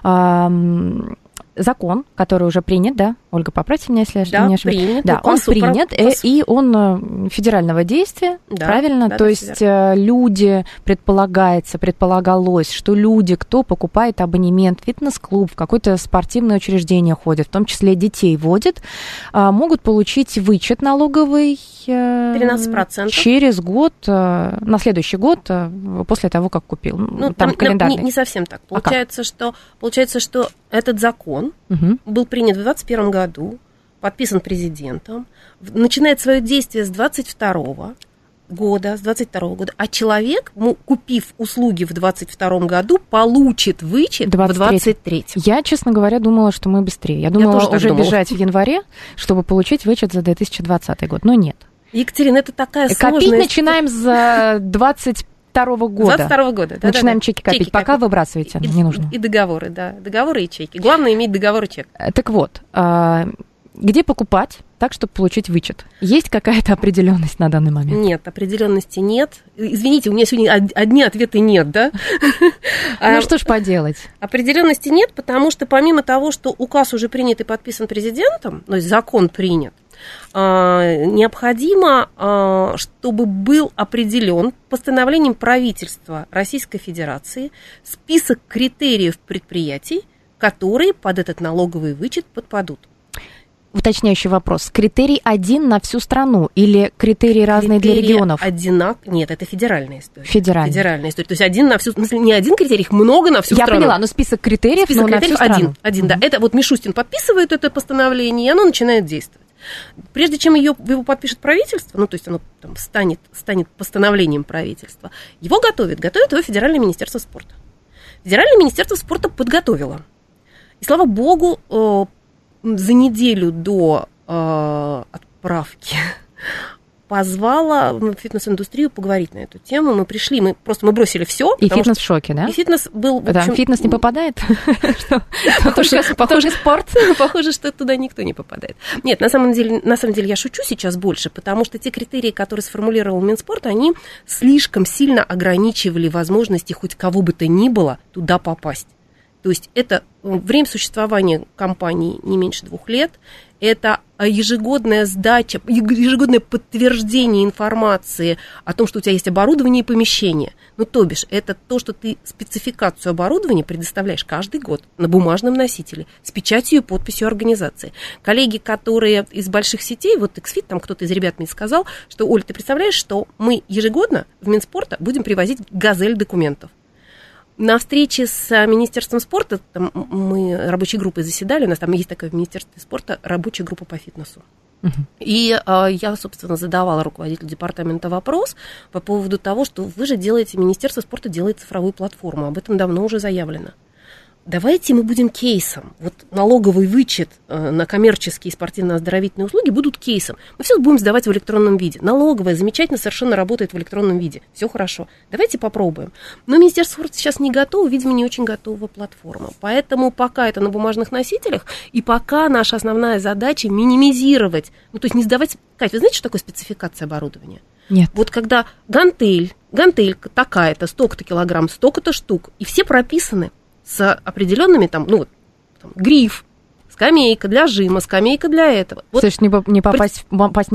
Закон, который уже принят, да? Ольга, поправьте меня, если я не ошибаюсь. Принят. Да, он принят, и он федерального действия, да, правильно? Да, то есть люди, предполагалось, что люди, кто покупает абонемент в фитнес-клуб, в какое-то спортивное учреждение ходит, в том числе детей водит, могут получить вычет налоговый 13% через год, на следующий год, после того, как купил. Там календарный. Не совсем так. Получается, что этот закон был принят в 2021 году, подписан президентом, начинает свое действие с 2022 года, а человек, купив услуги в 2022 году, получит вычет в 2023. Я, честно говоря, думала, что мы быстрее. Я думала уже бежать в январе, чтобы получить вычет за 2020 год, но нет. Екатерина, это такая сложная... Копить начинаем с 22 года. 22 года, да. Начинаем чеки копить. Пока выбрасывайте, не нужно. И договоры, да. Договоры и чеки. Главное иметь договор и чек. Так вот, где покупать так, чтобы получить вычет? Есть какая-то определенность на данный момент? Нет, определенности нет. Извините, у меня сегодня одни ответы нет, да? Ну что ж поделать? Определенности нет, потому что помимо того, что указ уже принят и подписан президентом, то есть закон принят, необходимо, чтобы был определен постановлением правительства Российской Федерации список критериев предприятий, которые под этот налоговый вычет подпадут. Уточняющий вопрос. Критерий один на всю страну или критерии разные для регионов? Нет, это федеральная история. Федеральная история. То есть один на всю... В смысле, не один критерий, их много на всю страну. Я поняла, но список критериев, на всю страну. Один, да. Это вот Мишустин подписывает это постановление, и оно начинает действовать. Прежде чем его подпишет правительство, то есть оно там станет постановлением правительства, его готовит его Федеральное министерство спорта. Федеральное министерство спорта подготовило. И, слава богу, за неделю до отправки позвала фитнес-индустрию поговорить на эту тему. Мы пришли, мы бросили все. И фитнес в шоке, да? И фитнес был... в общем, фитнес не попадает? Похоже, спорт. Похоже, что туда никто не попадает. Нет, на самом деле я шучу сейчас больше, потому что те критерии, которые сформулировал Минспорт, они слишком сильно ограничивали возможности хоть кого бы то ни было туда попасть. То есть это время существования компании не меньше 2 лет, это ежегодная сдача, ежегодное подтверждение информации о том, что у тебя есть оборудование и помещение. Ну, то бишь, это то, что ты спецификацию оборудования предоставляешь каждый год на бумажном носителе с печатью и подписью организации. Коллеги, которые из больших сетей, вот XFIT, там кто-то из ребят мне сказал, что, Оль, ты представляешь, что мы ежегодно в Минспорта будем привозить газель документов. На встрече с Министерством спорта, там мы рабочей группой заседали, у нас там есть такая в Министерстве спорта рабочая группа по фитнесу. И я, собственно, задавала руководителю департамента вопрос по поводу того, что вы же делаете, Министерство спорта делает цифровую платформу, об этом давно уже заявлено. Давайте мы будем кейсом. Вот налоговый вычет на коммерческие спортивно-оздоровительные услуги будут кейсом. Мы все будем сдавать в электронном виде. Налоговая замечательно совершенно работает в электронном виде. Все хорошо. Давайте попробуем. Но Министерство спорта сейчас не готово, видимо, не очень готова платформа. Поэтому пока это на бумажных носителях, и пока наша основная задача минимизировать, ну, то есть не сдавать... Кать, вы знаете, что такое спецификация оборудования? Нет. Вот когда гантель такая-то, столько-то килограмм, столько-то штук, и все прописаны с определенными там, ну, там, гриф, скамейка для жима, скамейка для этого. Вот. То есть не попасть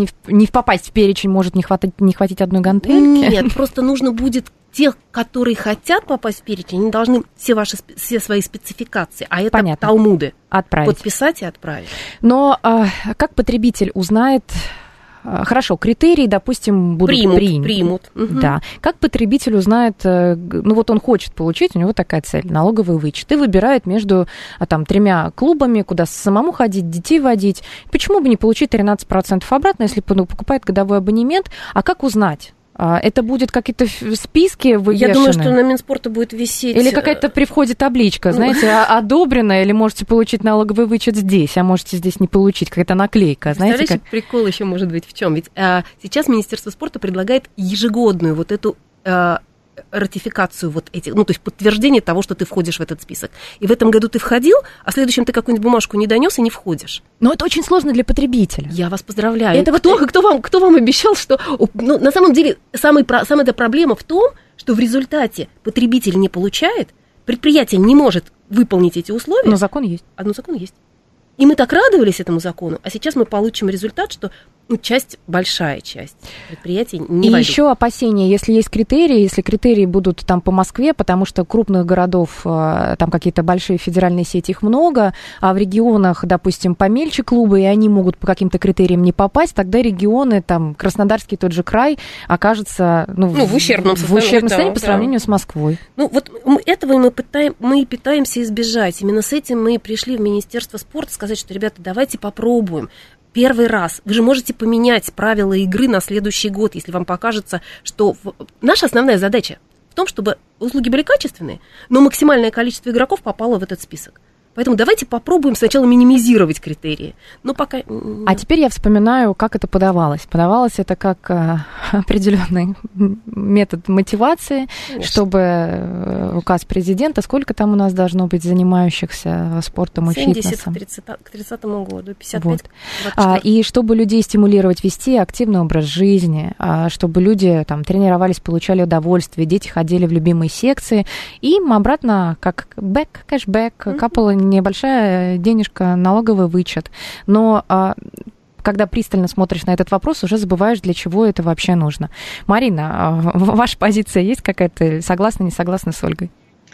в перечень может не хватить одной гантельки? Нет, просто нужно будет тех, которые хотят попасть в перечень, они должны все свои спецификации, а это понятно. Талмуды, отправить. Подписать и отправить. Но как потребитель узнает... Хорошо, критерии, допустим, будут примут. Да. Как потребитель узнает, ну вот он хочет получить, у него такая цель, налоговый вычет, и выбирает между там 3 клубами, куда самому ходить, детей водить. Почему бы не получить 13% обратно, если покупает годовой абонемент? А как узнать? Это будет какие-то списки вывешены? Я думаю, что на Минспорта будет висеть... Или какая-то при входе табличка, знаете, одобрено, или можете получить налоговый вычет здесь, а можете здесь не получить, какая-то наклейка. Знаете, представляете, прикол еще может быть в чем? Ведь сейчас Министерство спорта предлагает ежегодную вот эту... ратификацию вот этих, ну, то есть подтверждение того, что ты входишь в этот список. И в этом году ты входил, а в следующем ты какую-нибудь бумажку не донес и не входишь. Но это очень сложно для потребителя. Я вас поздравляю. Это кто вам обещал, что... Ну, на самом деле, самая проблема в том, что в результате потребитель не получает, предприятие не может выполнить эти условия. Но закон есть. Но закон есть. И мы так радовались этому закону, а сейчас мы получим результат, что большая часть предприятий не войдут. И еще опасения, если есть критерии, если критерии будут там по Москве, потому что крупных городов, там какие-то большие федеральные сети, их много, а в регионах, допустим, помельче клубы, и они могут по каким-то критериям не попасть, тогда регионы, там, Краснодарский тот же край, окажется в ущербном состоянии по сравнению с Москвой. Ну, вот этого мы пытаемся избежать. Именно с этим мы пришли в Министерство спорта, сказать, что, ребята, давайте попробуем. Первый раз. Вы же можете поменять правила игры на следующий год, если вам покажется, что... Наша основная задача в том, чтобы услуги были качественные, но максимальное количество игроков попало в этот список. Поэтому давайте попробуем сначала минимизировать критерии. Но пока... А теперь я вспоминаю, как это подавалось. Подавалось это как определенный метод мотивации, конечно, чтобы указ президента, сколько там у нас должно быть занимающихся спортом и фитнесом? 70 к 30-му году, 55. Вот. И чтобы людей стимулировать вести активный образ жизни, чтобы люди там тренировались, получали удовольствие, дети ходили в любимые секции, и им обратно как кэшбэк, капало небольшая денежка, налоговый вычет. Но когда пристально смотришь на этот вопрос, уже забываешь, для чего это вообще нужно. Марина, ваша позиция есть какая-то? Согласна, не согласна с Ольгой?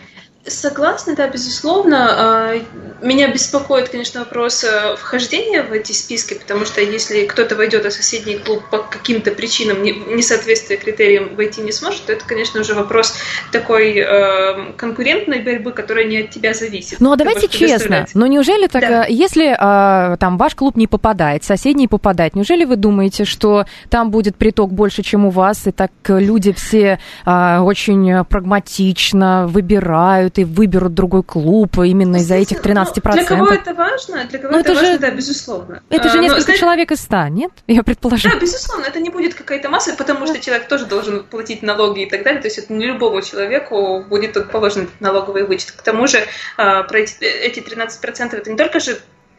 Согласна, да, безусловно. Меня беспокоит, конечно, вопрос вхождения в эти списки, потому что если кто-то войдет, а соседний клуб по каким-то причинам несоответствия критериям войти не сможет, то это, конечно, уже вопрос такой конкурентной борьбы, которая не от тебя зависит. Ну, а давайте честно, но неужели так, да, если там ваш клуб не попадает, соседний попадает, неужели вы думаете, что там будет приток больше, чем у вас, и так люди все очень прагматично выбирают, может, и выберут другой клуб именно из-за этих 13%. Для кого это важно? Для кого это важно, да, безусловно. Это же несколько человек из 100, нет? Я предположаю. Да, безусловно, это не будет какая-то масса, потому что человек тоже должен платить налоги и так далее. То есть это не любому человеку будет положен налоговый вычет. К тому же про эти 13% это не только же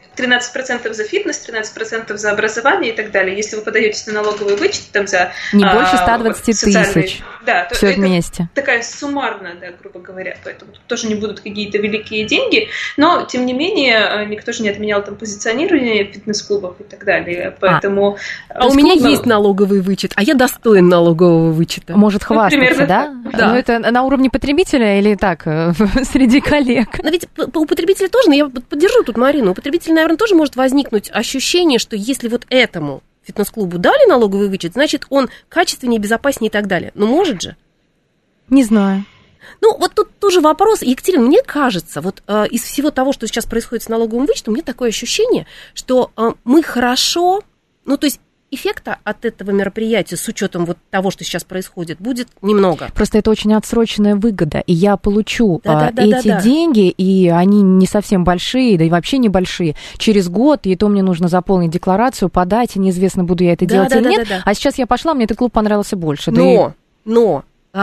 13% за фитнес, 13% за образование и так далее. Если вы подаетесь на налоговый вычет там за... Не больше 120 тысяч. Да, все это вместе. Такая суммарная, да, грубо говоря. Поэтому тут тоже не будут какие-то великие деньги. Но, тем не менее, никто же не отменял там позиционирование фитнес-клубов и так далее. Поэтому... у меня есть налоговый вычет, а я достоин налогового вычета. Может хвастаться, да? Да. Но это на уровне потребителя или так, среди коллег? Но ведь у потребителя тоже, я поддержу тут Марину, у потребителя, наверное, тоже может возникнуть ощущение, что если вот этому фитнес-клубу дали налоговый вычет, значит, он качественнее, безопаснее и так далее. Ну, может же? Не знаю. Ну, вот тут тоже вопрос. Екатерина, мне кажется, вот из всего того, что сейчас происходит с налоговым вычетом, у меня такое ощущение, что мы хорошо, ну, то есть эффекта от этого мероприятия с учетом вот того, что сейчас происходит, будет немного. Просто это очень отсроченная выгода, и я получу эти деньги, и они не совсем большие, да и вообще небольшие, через год, и то мне нужно заполнить декларацию, подать, и неизвестно, буду я это делать или нет. А сейчас я пошла, мне этот клуб понравился больше. Но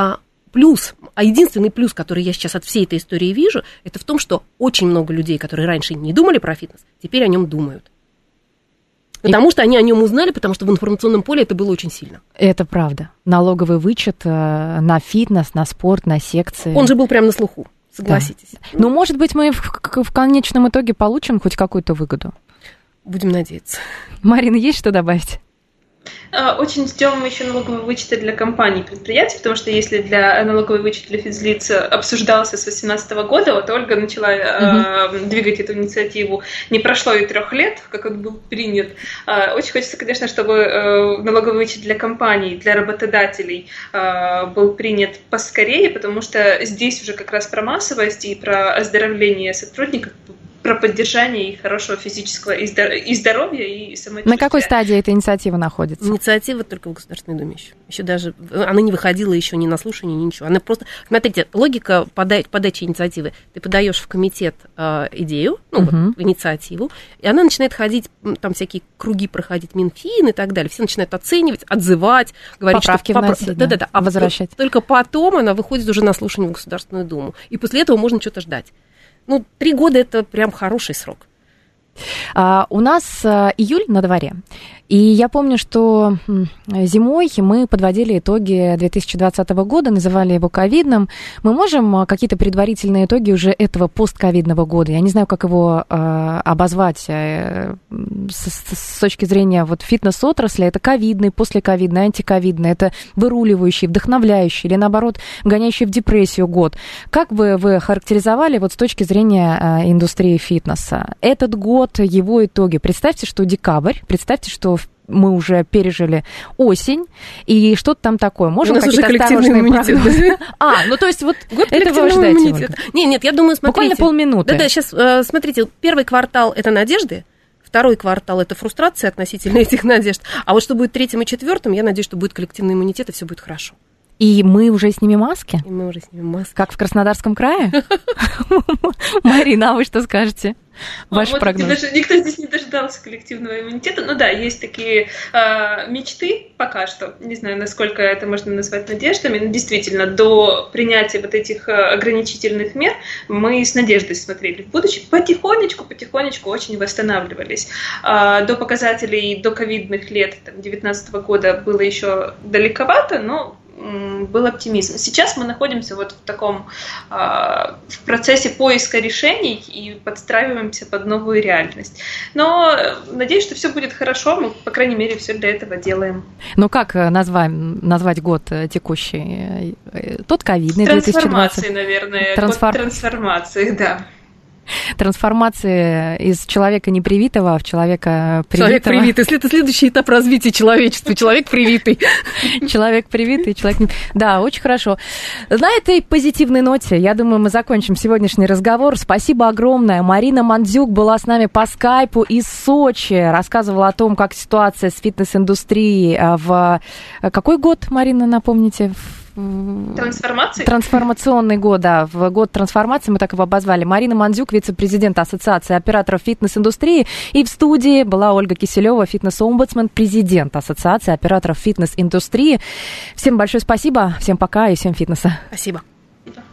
плюс, единственный плюс, который я сейчас от всей этой истории вижу, это в том, что очень много людей, которые раньше не думали про фитнес, теперь о нем думают. Потому что они о нем узнали, потому что в информационном поле это было очень сильно. Это правда. Налоговый вычет на фитнес, на спорт, на секции. Он же был прямо на слуху, согласитесь. Да. Но, может быть, мы в конечном итоге получим хоть какую-то выгоду. Будем надеяться. Марина, есть что добавить? Очень ждем еще налоговые вычеты для компаний и предприятий, потому что если налоговый вычет для физлиц обсуждался с 2018 года, вот Ольга начала двигать эту инициативу. Не прошло и 3 лет, как он был принят. Очень хочется, конечно, чтобы налоговый вычет для компаний, для работодателей был принят поскорее, потому что здесь уже как раз про массовость и про оздоровление сотрудников, про поддержание их хорошего физического и здоровья, и самочувствия. На какой стадии эта инициатива находится? Инициатива только в Государственной Думе еще. Еще даже она не выходила еще ни на слушание, ни ничего. Она просто... Смотрите, логика подачи инициативы. Ты подаешь в комитет идею, вот, инициативу, и она начинает ходить, там всякие круги проходить, Минфин и так далее. Все начинают оценивать, отзывать, говорить, поправки что... вносить, да. А возвращать. Только потом она выходит уже на слушание в Государственную Думу. И после этого можно что-то ждать. 3 года – это прям хороший срок. У нас июль на дворе. И я помню, что зимой мы подводили итоги 2020 года, называли его ковидным. Мы можем какие-то предварительные итоги уже этого постковидного года, я не знаю, как его обозвать с точки зрения вот фитнес-отрасли, это ковидный, послековидный, антиковидный, это выруливающий, вдохновляющий или, наоборот, гоняющий в депрессию год. Как бы вы характеризовали вот с точки зрения индустрии фитнеса этот год, его итоги? Представьте, что декабрь, представьте, что мы уже пережили осень, и что-то там такое. Можем какие-то осторожные прогнозы? То есть вот это вы ожидаете? Нет, я думаю, смотрите. Буквально полминуты. Да, сейчас, смотрите, первый квартал – это надежды, второй квартал – это фрустрация относительно этих надежд, а вот что будет 3-м и 4-м, я надеюсь, что будет коллективный иммунитет, и все будет хорошо. И мы уже снимем маски? И мы уже снимем маски. Как в Краснодарском крае? Марина, а вы что скажете? Ваш прогноз. Никто здесь не дождался коллективного иммунитета. Ну да, есть такие мечты пока что. Не знаю, насколько это можно назвать надеждами. Но действительно, до принятия вот этих ограничительных мер мы с надеждой смотрели в будущее. Потихонечку очень восстанавливались. До показателей до ковидных лет 2019 года было еще далековато, но был оптимизм. Сейчас мы находимся вот в таком в процессе поиска решений и подстраиваемся под новую реальность. Но надеюсь, что все будет хорошо. Мы, по крайней мере, все для этого делаем. Ну, как назвать год текущий? Тот ковидный 2020? Трансформации, наверное. Год трансформации, да. Трансформации из человека непривитого в человека привитого. Человек привитый. Это следующий этап развития человечества. Человек привитый. Человек привитый, человек... Да, очень хорошо. На этой позитивной ноте, я думаю, мы закончим сегодняшний разговор. Спасибо огромное. Марина Мандзюк была с нами по скайпу из Сочи. Рассказывала о том, как ситуация с фитнес-индустрией в... Какой год, Марина, напомните? Трансформации? Трансформационный год, да, в год трансформации мы так его обозвали. Марина Мандзюк, вице-президент Ассоциации операторов фитнес-индустрии. И в студии была Ольга Киселева, фитнес-омбудсмен, президент Ассоциации операторов фитнес-индустрии. Всем большое спасибо, всем пока и всем фитнеса. Спасибо.